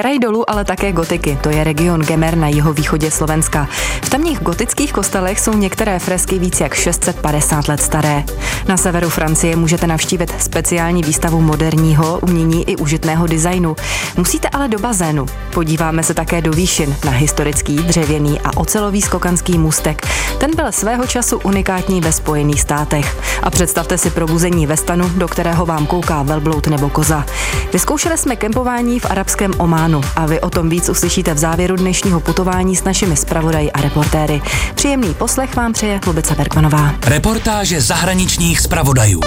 Kraj dolů, ale také gotiky, to je region Gemer na jihovýchodě Slovenska. V tamních gotických kostelech jsou některé fresky víc jak 650 let staré. Na severu Francie můžete navštívit speciální výstavu moderního umění i užitného designu. Musíte ale do bazénu. Podíváme se také do výšin na historický, dřevěný a ocelový skokanský můstek. Ten byl svého času unikátní ve Spojených státech. A představte si probuzení ve stanu, do kterého vám kouká velbloud nebo koza. Vyzkoušeli jsme kempování v arabském Ománu a vy o tom víc uslyšíte v závěru dnešního putování s našimi zpravodaji a reportéry. Příjemný poslech vám přeje Lubica Bergmanová. Reportáže zahraničních zpravodajů.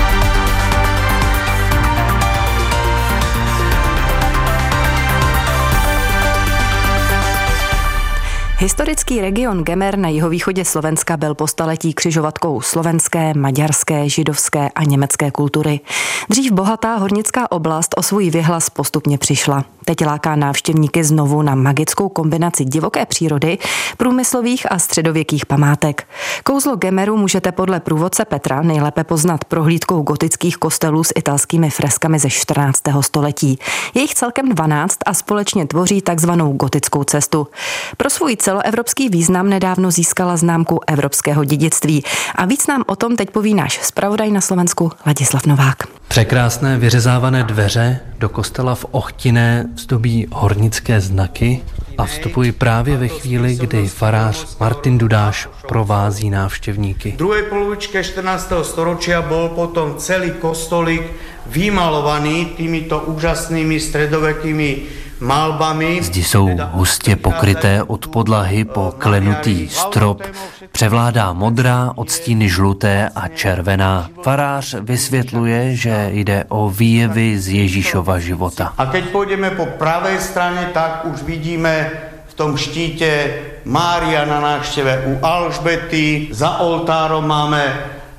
Historický region Gemer na jihovýchodě Slovenska byl po staletí křižovatkou slovenské, maďarské, židovské a německé kultury. Dřív bohatá hornická oblast o svůj věhlas postupně přišla. Teď láká návštěvníky znovu na magickou kombinaci divoké přírody, průmyslových a středověkých památek. Kouzlo Gemeru můžete podle průvodce Petra nejlépe poznat prohlídkou gotických kostelů s italskými freskami ze 14. století. Je jich celkem 12 a společně tvoří takzvanou gotickou cestu. Pro svůj celoevropský význam nedávno získala známku evropského dědictví. A víc nám o tom teď poví náš zpravodaj na Slovensku Ladislav Novák. Překrásné vyřezávané dveře do kostela v Ochtiné zdobí hornické znaky a vstupují právě ve chvíli, kdy farář Martin Dudáš provází návštěvníky. V druhej polovičke 14. storočia bol potom celý kostolík vymalovaný týmito úžasnými středovekými malbami. Zdi jsou hustě pokryté od podlahy po klenutý strop. Převládá modrá, odstíny žluté a červená. Farář vysvětluje, že jde o výjevy z Ježíšova života. A keď pôjdeme po pravej strane, tak už vidíme v tom štíte Mária na návšteve u Alžbety. Za oltárom máme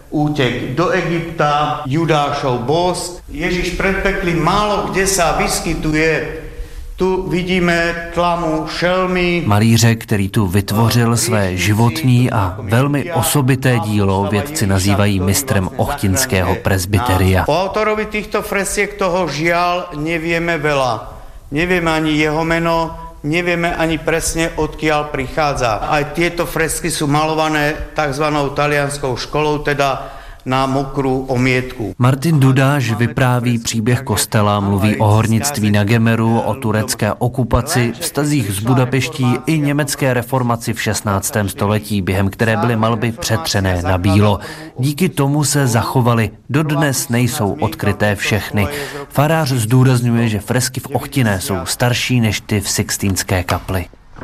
útek do Egypta, Judášov bosk. Ježíš predpeklý málo kde sa vyskytuje. Tu vidíme tlamu šelmy. Malíře, který tu vytvořil své životní a velmi osobité dílo, vědci nazývají mistrem ochtinského presbyteria. O autorovi týchto fresiek toho žiaľ nevieme veľa. Nevieme ani jeho meno, nevieme ani presne odkiaľ prichádza. Aj tieto fresky sú malované takzvanou talianskou školou, teda na mokrou omietku. Martin Dudáš vypráví příběh kostela, mluví o hornictví na Gemeru, o turecké okupaci, vztazích s Budapeští i německé reformaci v 16. století, během které byly malby přetřené na bílo. Díky tomu se zachovaly, dodnes nejsou odkryté všechny. Farář zdůrazňuje, že fresky v Ochtiné jsou starší než ty v Sixtínské kapli.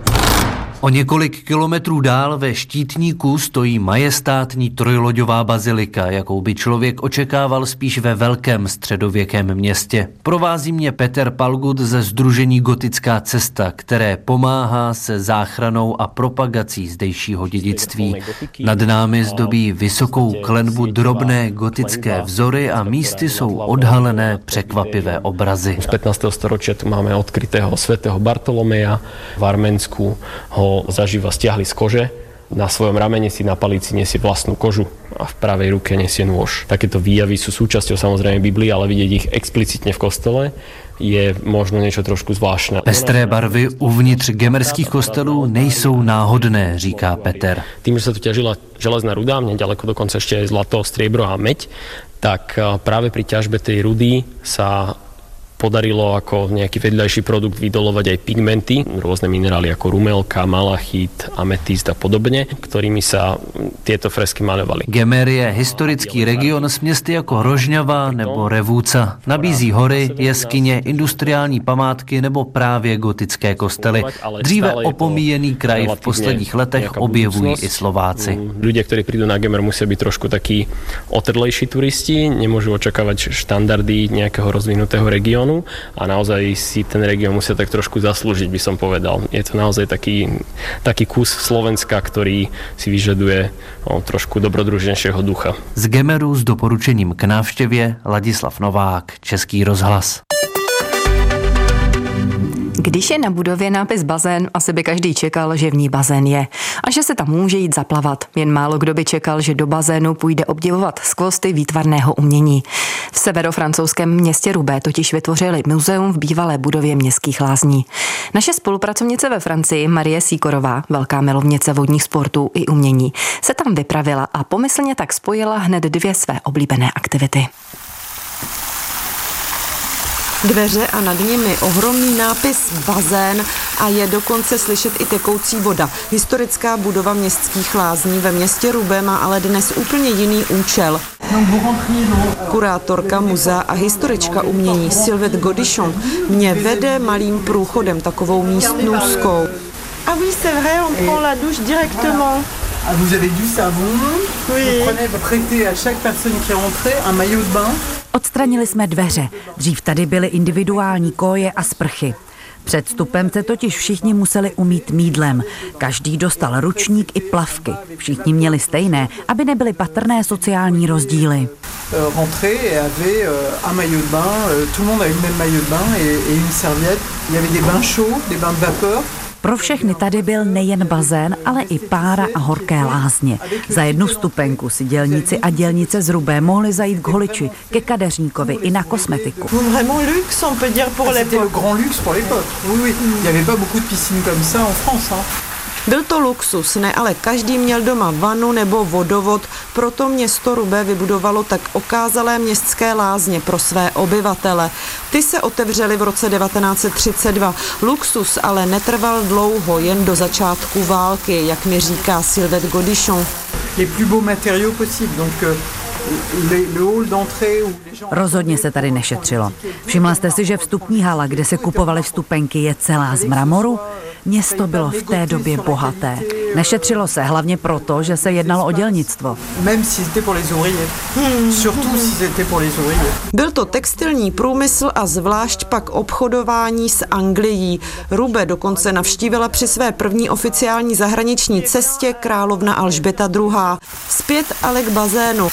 O několik kilometrů dál ve Štítníku stojí majestátní trojloďová bazilika, jakou by člověk očekával spíš ve velkém středověkém městě. Provází mě Peter Palgut ze sdružení Gotická cesta, které pomáhá se záchranou a propagací zdejšího dědictví. Nad námi zdobí vysokou klenbu drobné gotické vzory a místy jsou odhalené překvapivé obrazy. Z 15. storočia tu máme odkrytého svätého Bartolomeja. V Arménsku ho zaživa stiahli z kože. Na svojom ramene si na palici nesie vlastnú kožu a v pravej ruke nesie nôž. Takéto výjavy sú súčasťou samozrejme Biblie, ale vidieť ich explicitne v kostole je možno niečo trošku zvláštne. Pestré barvy uvnitř gemerských kostelů nejsou náhodné, říká Peter. Tým, že sa tu ťažila železná ruda, nedaleko dokonca ešte aj zlato, striebro a meď, tak práve pri ťažbe tej rudy sa podarilo ako nejaký vedľajší produkt vydolovať aj pigmenty, rôzne minerály ako rumelka, malachit, ametist a podobne, ktorými sa tieto fresky maľovali. Gemer je historický region s městy jako Rožňava nebo Revúca. Nabízí hory, jeskyně, industriální památky nebo právě gotické kostely. Dříve opomíjený kraj v posledních letech objevují i Slováci. Ľudia, ktorí prídu na Gemer, musia byť trošku takí otrlejší turisti, nemôžu očakávať štandardy nejakého rozvinutého regiónu a naozaj si ten región musia tak trošku zaslúžiť, by som povedal. Je to naozaj taký kus Slovenska, ktorý si vyžaduje trošku dobrodružnejšieho ducha. Z Gemeru s doporučením k návštěvě Ladislav Novák, Český rozhlas. Když je na budově nápis bazén, asi by každý čekal, že v ní bazén je a že se tam může jít zaplavat. Jen málo kdo by čekal, že do bazénu půjde obdivovat skvosty výtvarného umění. V severofrancouzském městě Roubaix totiž vytvořili muzeum v bývalé budově městských lázní. Naše spolupracovnice ve Francii Marie Sikorová, velká milovnice vodních sportů i umění, se tam vypravila a pomyslně tak spojila hned dvě své oblíbené aktivity. Dveře a nad nimi ohromný nápis bazén a je dokonce slyšet i tekoucí voda. Historická budova městských lázní ve městě Roubaix má ale dnes úplně jiný účel. Kurátorka muzea a historička umění Sylvette Godichon mě vede malým průchodem, takovou místnůzkou. Ah oui, c'est vrai, on prend la douche directement. Ah, vous avez du savon, Oui. vous prêtez à chaque personne qui est rentrée un maillot de bain. Odstranili jsme dveře. Dřív tady byly individuální koje a sprchy. Před vstupem se totiž všichni museli umýt mýdlem. Každý dostal ručník i plavky. Všichni měli stejné, aby nebyly patrné sociální rozdíly. Rentrée et avait un maillot de bain, tout le monde avait le même maillot de bain et une serviette. Il y avait des bains chauds, des bains de vapeur. Pro všechny tady byl nejen bazén, ale i pára a horké lázně. Za jednu vstupenku si dělníci a dělnice z Roubaix mohli zajít k holiči, ke kadeřníkovi i na kosmetiku. Vraiment luxe, on peut dire pour C'était le l'époque. grand luxe pour l'époque. Oui, oui. Il n'y avait pas beaucoup de piscines comme ça en France. Hein. Byl to luxus, ne ale každý měl doma vanu nebo vodovod, proto město Roubaix vybudovalo tak okázalé městské lázně pro své obyvatele. Ty se otevřely v roce 1932. Luxus ale netrval dlouho, jen do začátku války, jak mi říká Sylvette Godichon. Les plus beaux matériaux possibles. Donc le hall d'entrée où les gens... Rozhodně se tady nešetřilo. Všimla jste si, že vstupní hala, kde se kupovaly vstupenky, je celá z mramoru? Město bylo v té době bohaté. Nešetřilo se hlavně proto, že se jednalo o dělnictvo. Même si c'était pour les ouvriers. Surtout si c'était pour les ouvriers. Byl to textilní průmysl a zvlášť pak obchodování s Anglií. Roubaix dokonce navštívila při své první oficiální zahraniční cestě královna Alžběta II. Zpět ale k bazénu.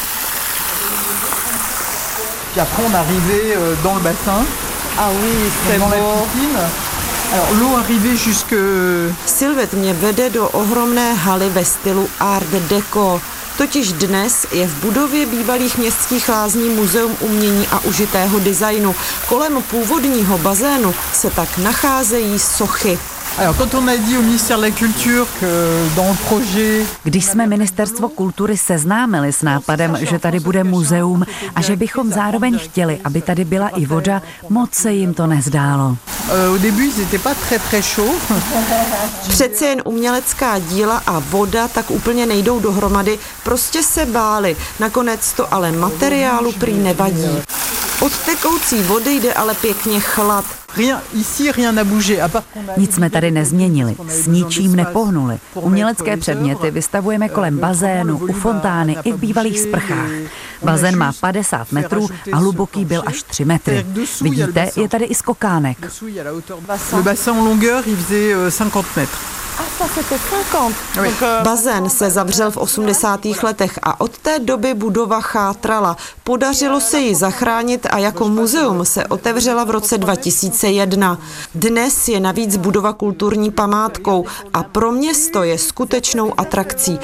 Puis après on arrivait dans le bassin. Ah oui, c'est Dans la beau. piscine. Alors l'eau arrivait jusque... Sylvette mě vede do ohromné haly ve stylu Art Deco. Totiž dnes je v budově bývalých městských lázní muzeum umění a užitého designu. Kolem původního bazénu se tak nacházejí sochy. Alors quand on a dit au ministère de la Culture que dans le projet... Když jsme Ministerstvo kultury seznámili s nápadem, že tady bude muzeum a že bychom zároveň chtěli, aby tady byla i voda, moc se jim to nezdálo. Au début ils étaient pas très chauds. Přece jen umělecká díla a voda tak úplně nejdou dohromady, prostě se báli. Nakonec to ale materiálu prý nevadí. Od tekoucí vody jde ale pěkně chlad. Rien n'a bougé. Nic jsme tady nezměnili, s ničím nepohnuli. Umělecké předměty vystavujeme kolem bazénu, u fontány i v bývalých sprchách. Bazén má 50 metrů a hluboký byl až 3 metry. Vidíte, je tady i skokánek. Le bassin en longueur, il faisait 50 mètres. Ah, ça c'était 50. Bazén se zavřel v 80. letech a od té doby budova chátrala. Podařilo se ji zachránit a jako muzeum se otevřela v roce 2001. Dnes je navíc budova kulturní památkou a pro město je skutečnou atrakcí.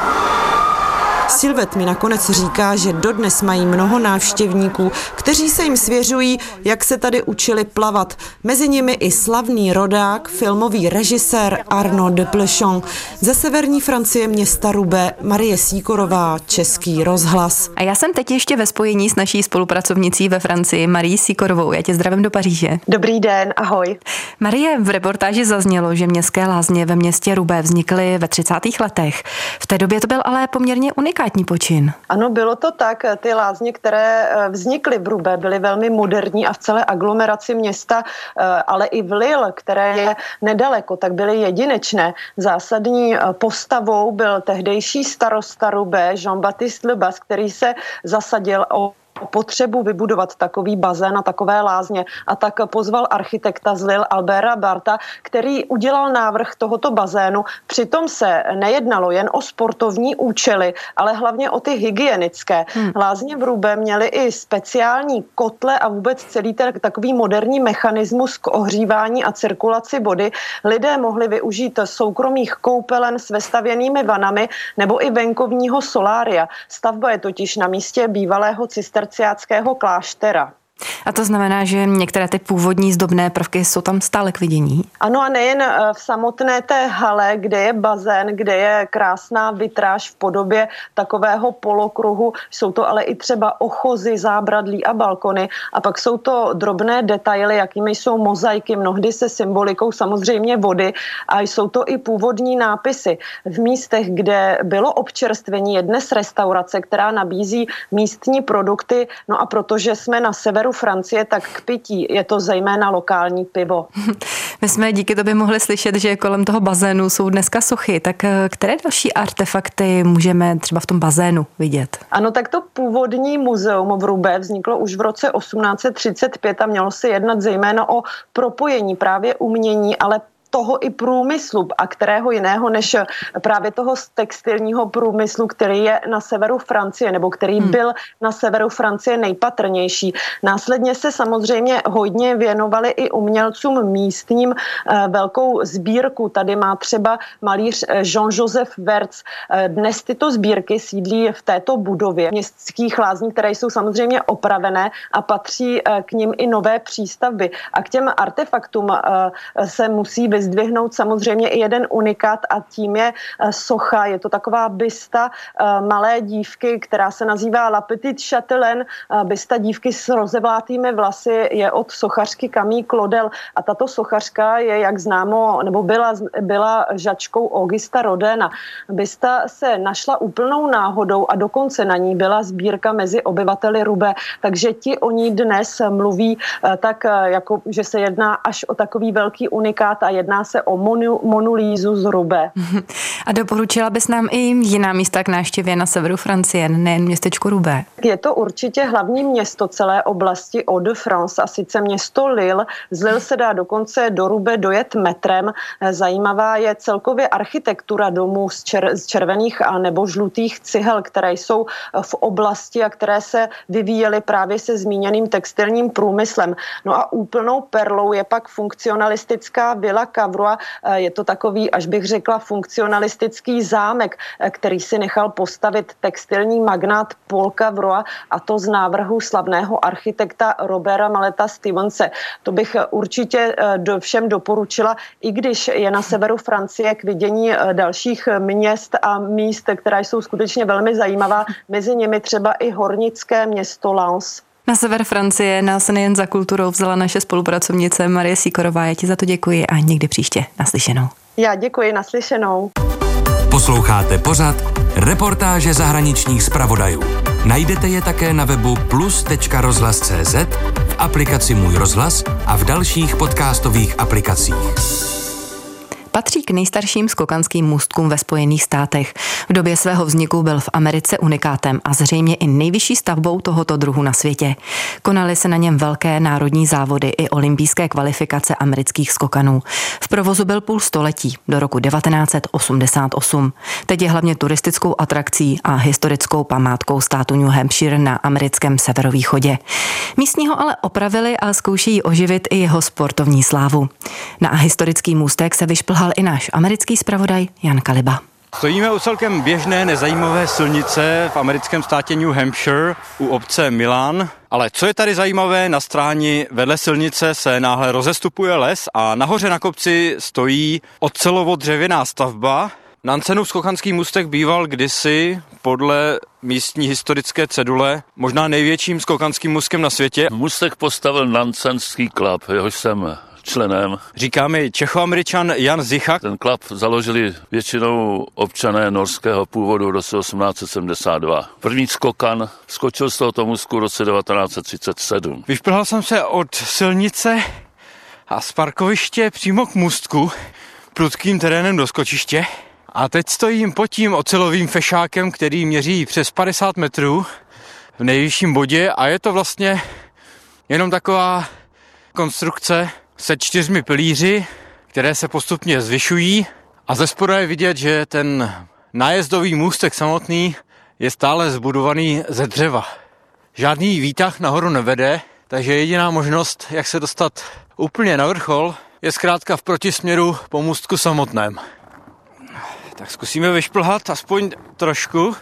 Sylvette mi nakonec říká, že dodnes mají mnoho návštěvníků, kteří se jim svěřují, jak se tady učili plavat. Mezi nimi i slavný rodák, filmový režisér Arnaud de Plechon. Ze severní Francie města Roubaix, Marie Sikorová, Český rozhlas. A já jsem teď ještě ve spojení s naší spolupracovnicí ve Francii, Marie Sikorovou. Já tě zdravím do Paříže. Dobrý den, ahoj. Marie, v reportáži zaznělo, že městské lázně ve městě Roubaix vznikly ve 30. letech. V té době to byl ale poměrně unikátní počin. Ano, bylo to tak. Ty lázně, které vznikly v Roubaix, byly velmi moderní a v celé aglomeraci města, ale i v Lille, které je nedaleko, tak byly jedinečné. Zásadní postavou byl tehdejší starosta Roubaix Jean-Baptiste Lebas, který se zasadil o potřebu vybudovat takový bazén a takové lázně a tak pozval architekta z Lille Alberta Barta, který udělal návrh tohoto bazénu. Přitom se nejednalo jen o sportovní účely, ale hlavně o ty hygienické. Lázně v Roubaix měly i speciální kotle a vůbec celý takový moderní mechanismus k ohřívání a cirkulaci vody. Lidé mohli využít soukromých koupelen s vestavěnými vanami nebo i venkovního solária. Stavba je totiž na místě bývalého cisterciáckého kláštera. A to znamená, že některé ty původní zdobné prvky jsou tam stále k vidění? Ano, a nejen v samotné té hale, kde je bazén, kde je krásná vitráž v podobě takového polokruhu, jsou to ale i třeba ochozy, zábradlí a balkony. A pak jsou to drobné detaily, jakými jsou mozaiky, mnohdy se symbolikou samozřejmě vody, a jsou to i původní nápisy. V místech, kde bylo občerstvení, je dnes restaurace, která nabízí místní produkty, no a protože jsme na severu Francie, tak k pití je to zejména lokální pivo. My jsme díky tobě mohli slyšet, že kolem toho bazénu jsou dneska sochy. Tak které další artefakty můžeme třeba v tom bazénu vidět? Ano, tak to původní muzeum v Roubaix vzniklo už v roce 1835 a mělo se jednat zejména o propojení právě umění, ale toho i průmyslu, a kterého jiného než právě toho textilního průmyslu, který je na severu Francie, nebo který byl na severu Francie nejpatrnější. Následně se samozřejmě hodně věnovali i umělcům místním. Velkou sbírku tady má třeba malíř Jean-Joseph Verts. Dnes tyto sbírky sídlí v této budově městských lázní, které jsou samozřejmě opravené a patří k nim i nové přístavby. A k těm artefaktům se musí vyzdvihnout samozřejmě i jeden unikát a tím je socha. Je to taková bysta malé dívky, která se nazývá La Petite Châtelaine. Bysta dívky s rozevlátými vlasy je od sochařky Camille Claudel a tato sochařka je, jak známo, nebo byla žačkou Augusta Rodina. Bysta se našla úplnou náhodou a dokonce na ní byla sbírka mezi obyvateli Roubaix, takže ti o ní dnes mluví tak, jako že se jedná až o takový velký unikát a jedná se o Monulízu z Roubaix. A doporučila bys nám i jiná místa k návštěvě na severu Francie, nejen městečko Roubaix? Je to určitě hlavní město celé oblasti Hauts-de-France a sice město Lille. Z Lille se dá dokonce do Roubaix dojet metrem. Zajímavá je celkově architektura domů z červených a nebo žlutých cihel, které jsou v oblasti a které se vyvíjely právě se zmíněným textilním průmyslem. No a úplnou perlou je pak funkcionalistická Villa Cavrois. Je to takový, až bych řekla, funkcionalistický zámek, který si nechal postavit textilní magnát Paul Cavrois, a to z návrhu slavného architekta Roberta Maleta Stevense. To bych určitě všem doporučila, i když je na severu Francie k vidění dalších měst a míst, která jsou skutečně velmi zajímavá, mezi nimi třeba i hornické město Lens. Na sever Francie nás nejen za kulturou vzala naše spolupracovnice Marie Sikorová. Já ti za to děkuji a někdy příště naslyšenou. Já děkuji, naslyšenou. Posloucháte pořad Reportáže zahraničních zpravodajů. Najdete je také na webu plus.rozhlas.cz, v aplikaci Můj rozhlas a v dalších podcastových aplikacích. Patří k nejstarším skokanským můstkům ve Spojených státech. V době svého vzniku byl v Americe unikátem a zřejmě i nejvyšší stavbou tohoto druhu na světě. Konaly se na něm velké národní závody i olympijské kvalifikace amerických skokanů. V provozu byl půl století, do roku 1988. Teď je hlavně turistickou atrakcí a historickou památkou státu New Hampshire na americkém severovýchodě. Místní ho ale opravili a zkoušejí oživit i jeho sportovní slávu. Na historický můstek se vyšplhal i náš americký zpravodaj Jan Kaliba. Stojíme u celkem běžné nezajímavé silnice v americkém státě New Hampshire u obce Milan. Ale co je tady zajímavé, na stráni vedle silnice se náhle rozestupuje les a nahoře na kopci stojí ocelovo-dřevěná stavba. Nansenův skokanský můstek býval kdysi podle místní historické cedule možná největším skokanským můstkem na světě. Můstek postavil Nansenský klub, jehož jsem členem. Říká mi Čechoameričan Jan Zichak. Ten klub založili většinou občané norského původu v roce 1872. První skokan skočil z tohoto můstku v roce 1937. Vyšplhal jsem se od silnice a z parkoviště přímo k můstku, prudkým terénem do skočiště. A teď stojím pod tím ocelovým fešákem, který měří přes 50 metrů v nejvyšším bodě a je to vlastně jenom taková konstrukce se 4 pilíři, které se postupně zvyšují a ze spoda je vidět, že ten nájezdový můstek samotný je stále zbudovaný ze dřeva. Žádný výtah nahoru nevede, takže jediná možnost, jak se dostat úplně na vrchol, je zkrátka v protisměru po můstku samotném. Tak zkusíme vyšplhat aspoň trošku.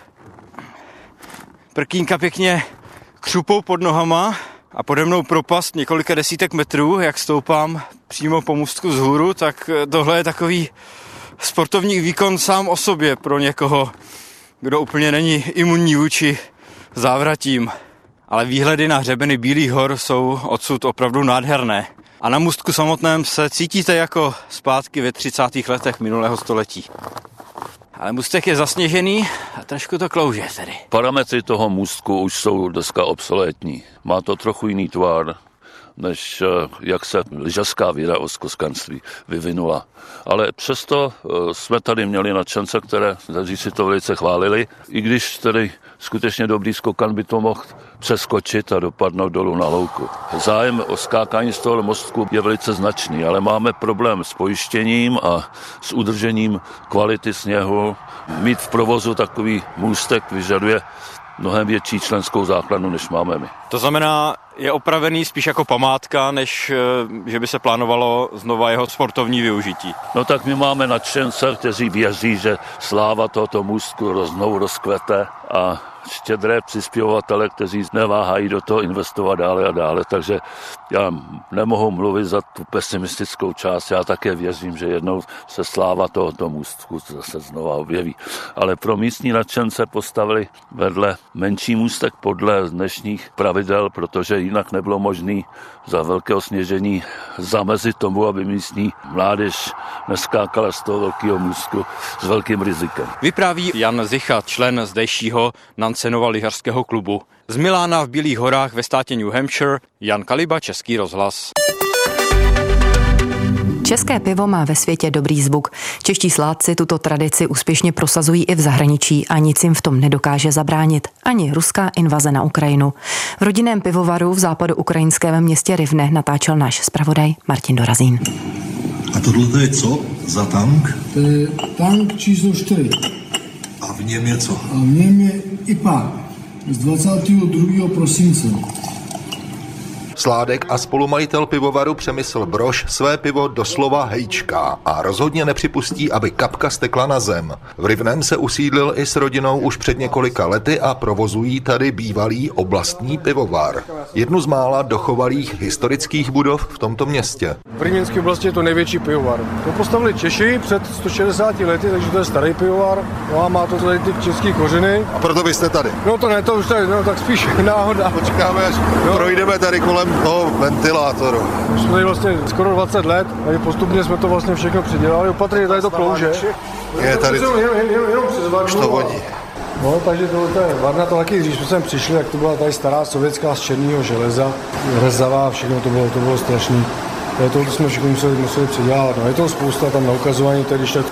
Prkínka pěkně křupou pod nohama a pode mnou propast několika desítek metrů, jak stoupám přímo po můstku vzhůru, tak tohle je takový sportovní výkon sám o sobě pro někoho, kdo úplně není imunní vůči závratím. Ale výhledy na hřebeny Bílých hor jsou odsud opravdu nádherné. A na můstku samotném se cítíte jako zpátky ve 30. letech minulého století. Ale můstek je zasněžený a trošku to klouže tedy. Parametry toho můstku už jsou dneska obsolétní. Má to trochu jiný tvar, než jak se lyžařská víra o skoskanství vyvinula. Ale přesto jsme tady měli nadšence, kteří si to velice chválili, i když tedy skutečně dobrý skokan by to mohl přeskočit a dopadnout dolů na louku. Zájem o skákání z toho mostku je velice značný, ale máme problém s pojištěním a s udržením kvality sněhu. Mít v provozu takový můstek vyžaduje mnohem větší členskou základnu, než máme my. To znamená, je opravený spíš jako památka, než že by se plánovalo znova jeho sportovní využití. No tak my máme nadšence, kteří věří, že sláva tohoto můstku znovu rozkvete a štědré přispěvovatele, kteří neváhají do toho investovat dále a dále, takže já nemohu mluvit za tu pesimistickou část, já také věřím, že jednou se sláva tohoto můstku zase znova objeví. Ale pro místní nadšence postavili vedle menší můstek podle dnešních pravidel, protože jinak nebylo možné za velkého sněžení zamezit tomu, aby místní mládež neskákala z toho velkého můstku s velkým rizikem. Vypráví Jan Zicha, člen zdejšího Nansenova lyžařského klubu. Z Milána v Bílých horách ve státě New Hampshire, Jan Kaliba, Český rozhlas. České pivo má ve světě dobrý zvuk. Čeští sládci tuto tradici úspěšně prosazují i v zahraničí a nic jim v tom nedokáže zabránit. Ani ruská invaze na Ukrajinu. V rodinném pivovaru v západoukrajinském městě Rivne natáčel náš zpravodaj Martin Dorazín. A tohle je co za tank? To je tank číslo 4. A v něm je co? A v něm je IPA z 22. prosince. Sládek a spolumajitel pivovaru Přemysl Brož své pivo doslova hejčká a rozhodně nepřipustí, aby kapka stekla na zem. V Rivnem se usídlil i s rodinou už před několika lety a provozují tady bývalý oblastní pivovar. Jednu z mála dochovalých historických budov v tomto městě. V Rivněnské oblasti je to největší pivovar. To postavili Češi před 160 lety, takže to je starý pivovar. No a má to tady ty české kořeny. A proto vy jste tady? No to ne, to už tady, no tak spíš náhoda. Počkáme, až projdeme tady kolem toho ventilátoru. Už jsme tady vlastně skoro 20 let a postupně jsme to vlastně všechno přidělali. Opatrně tady to klouže. Je tady jenom přes varnu. Už to vodí. No, takže tohle je varna, to taky, když jsme sem přišli, tak to byla tady stará sovětská z černého železa, rezavá, všechno to bylo strašný. Tohle jsme všechno museli přidělat. No, je toho spousta tam na ukazování, tady když tak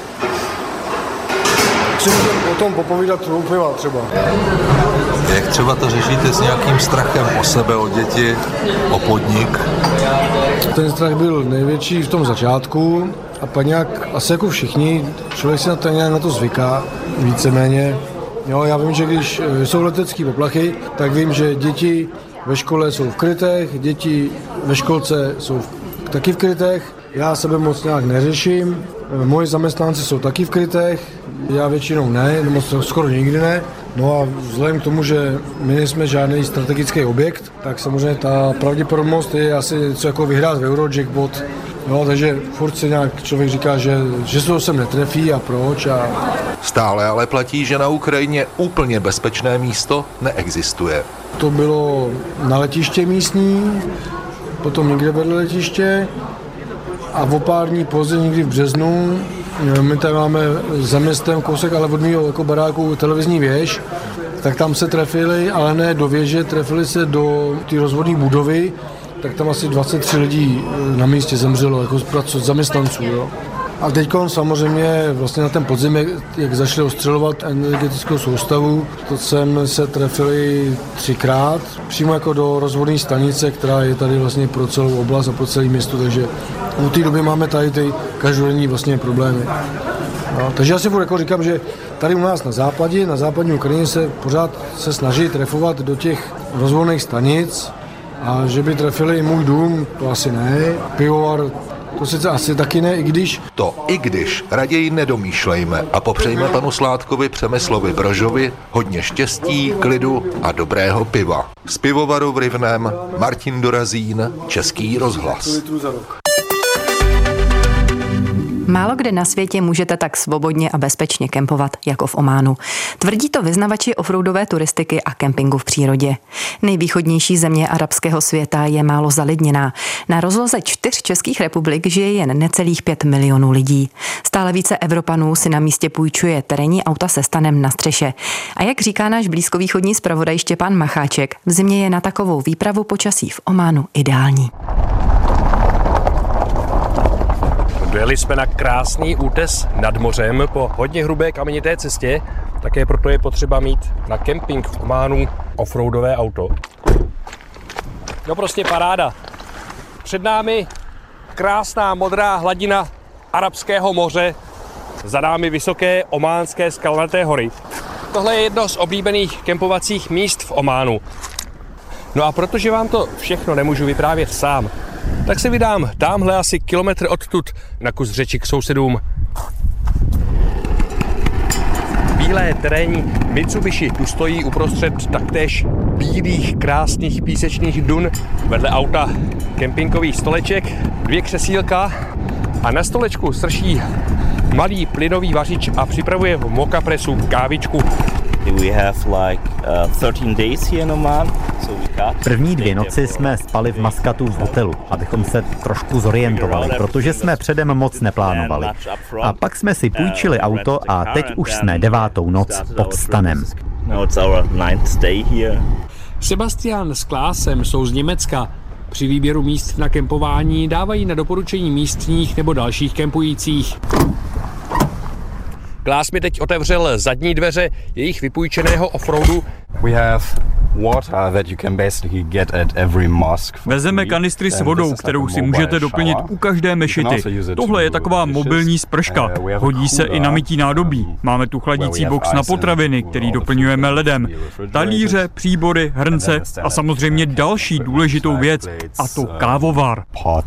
si můžeme potom popovídat o piva třeba. Jak třeba to řešíte s nějakým strachem o sebe, o děti, o podnik? Ten strach byl největší v tom začátku a pak nějak, asi jako všichni, člověk si na to zvyká, víceméně. Jo, já vím, že když jsou letecké poplachy, tak vím, že děti ve škole jsou v krytech, děti ve školce jsou taky v krytech. Já sebe moc nějak neřeším, moji zaměstnanci jsou taky v krytech, já většinou ne, nebo skoro nikdy ne. No a vzhledem k tomu, že my nejsme žádný strategický objekt, tak samozřejmě ta pravděpodobnost je asi něco jako vyhrát v Eurojackpot. No, takže furt se nějak člověk říká, že se to sem netrefí a proč. Stále ale platí, že na Ukrajině úplně bezpečné místo neexistuje. To bylo na letiště místní, potom někde vedle letiště a o pár dní později, někdy v březnu, my tady máme za městem kousek, ale od mého jako baráku televizní věž, tak tam se trefili, ale ne do věže, trefili se do té rozvodné budovy, tak tam asi 23 lidí na místě zemřelo, jako zaměstnanců. Jo. A teď samozřejmě vlastně na ten podzim, jak začali ostřelovat energetickou soustavu, to sem se trefili 3krát, přímo jako do rozvodné stanice, která je tady vlastně pro celou oblast a pro celé město, takže v té době máme tady ty každodenní vlastně problémy. No, takže já si jako říkám, že tady u nás na západní Ukrajině se pořád se snaží trefovat do těch rozvodných stanic a že by trefili i můj dům, to asi ne, pivovar, to sice asi taky ne, i když raději nedomýšlejme a popřejme panu Sládkovi Přemyslovi Brožovi hodně štěstí, klidu a dobrého piva. Z pivovaru v Rivném Martin Dorazín, Český rozhlas. Málo kde na světě můžete tak svobodně a bezpečně kempovat jako v Ománu. Tvrdí to vyznavači offroadové turistiky a kempingu v přírodě. Nejvýchodnější země arabského světa je málo zalidněná. Na rozloze 4 českých republik žije jen necelých 5 milionů lidí. Stále více Evropanů si na místě půjčuje terénní auta se stanem na střeše. A jak říká náš blízkovýchodní zpravodaj Štěpán Macháček, v zimě je na takovou výpravu počasí v Ománu ideální. Dojeli jsme na krásný útes nad mořem po hodně hrubé kamenité cestě, také proto je potřeba mít na kemping v Ománu offroadové auto. No prostě paráda. Před námi krásná modrá hladina Arabského moře, za námi vysoké ománské skalnaté hory. Tohle je jedno z oblíbených kempovacích míst v Ománu. No a protože vám to všechno nemůžu vyprávět sám, tak se vydám tamhle asi kilometr odtud na kus řeči k sousedům. Bílé terénní Mitsubishi tu stojí uprostřed taktéž bílých krásných písečných dun. Vedle auta kempingový stoleček, 2 křesílka a na stolečku srší malý plynový vařič a připravuje v mokapresu kávičku. První 2 noci jsme spali v Maskatu v hotelu, abychom se trošku zorientovali, protože jsme předem moc neplánovali. A pak jsme si půjčili auto a teď už jsme 9. noc pod stanem. Sebastian s Klásem jsou z Německa. Při výběru míst na kempování dávají na doporučení místních nebo dalších kempujících. Klás mi teď otevřel zadní dveře jejich vypůjčeného offroadu. Vezeme kanistry s vodou, kterou si můžete doplnit u každé mešity. Tohle je taková mobilní sprška. Hodí se i na mytí nádobí. Máme tu chladící box na potraviny, který doplňujeme ledem. Talíře, příbory, hrnce a samozřejmě další důležitou věc, a to kávovar.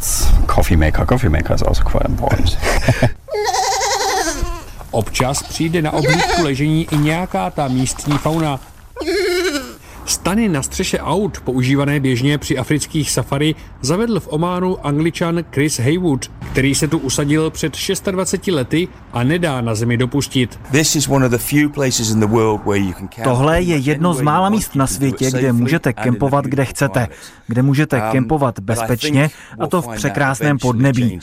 Občas přijde na oblídku ležení i nějaká ta místní fauna. Stany na střeše aut, používané běžně při afrických safari, zavedl v Ománu Angličan Chris Haywood, který se tu usadil před 26 lety a nedá na zemi dopustit. Tohle je jedno z mála míst na světě, kde můžete kempovat, kde chcete, kde můžete kempovat bezpečně, a to v překrásném podnebí.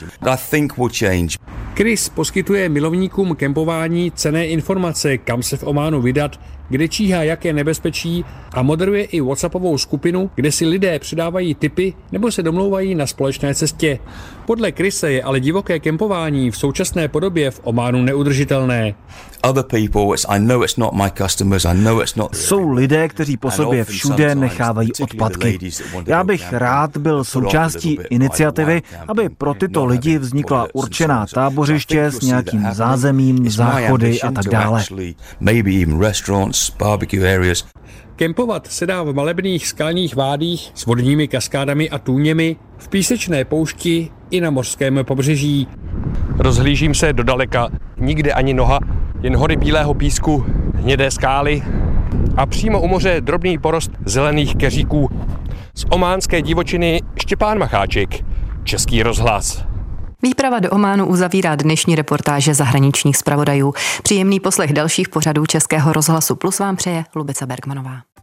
Chris poskytuje milovníkům kempování cenné informace, kam se v Ománu vydat, kde číhá jaké nebezpečí, a moderuje i WhatsAppovou skupinu, kde si lidé předávají tipy nebo se domlouvají na společné cestě. Podle Chrise je ale divoké kempování v současné podobě v Ománu neudržitelné. Jsou lidé, kteří po sobě všude nechávají odpadky. Já bych rád byl součástí iniciativy, aby pro tyto lidi vznikla určená tábořiště s nějakým zázemím, záchody a tak dále. Kempovat se dá v malebných skalních vádích s vodními kaskádami a tůněmi, v písečné poušti i na mořském pobřeží. Rozhlížím se do daleka, nikde ani noha, jen hory bílého písku, hnědé skály a přímo u moře drobný porost zelených keříků. Z ománské divočiny Štěpán Macháček, Český rozhlas. Výprava do Ománu uzavírá dnešní reportáže zahraničních zpravodajů. Příjemný poslech dalších pořadů Českého rozhlasu Plus vám přeje Lubica Bergmanová.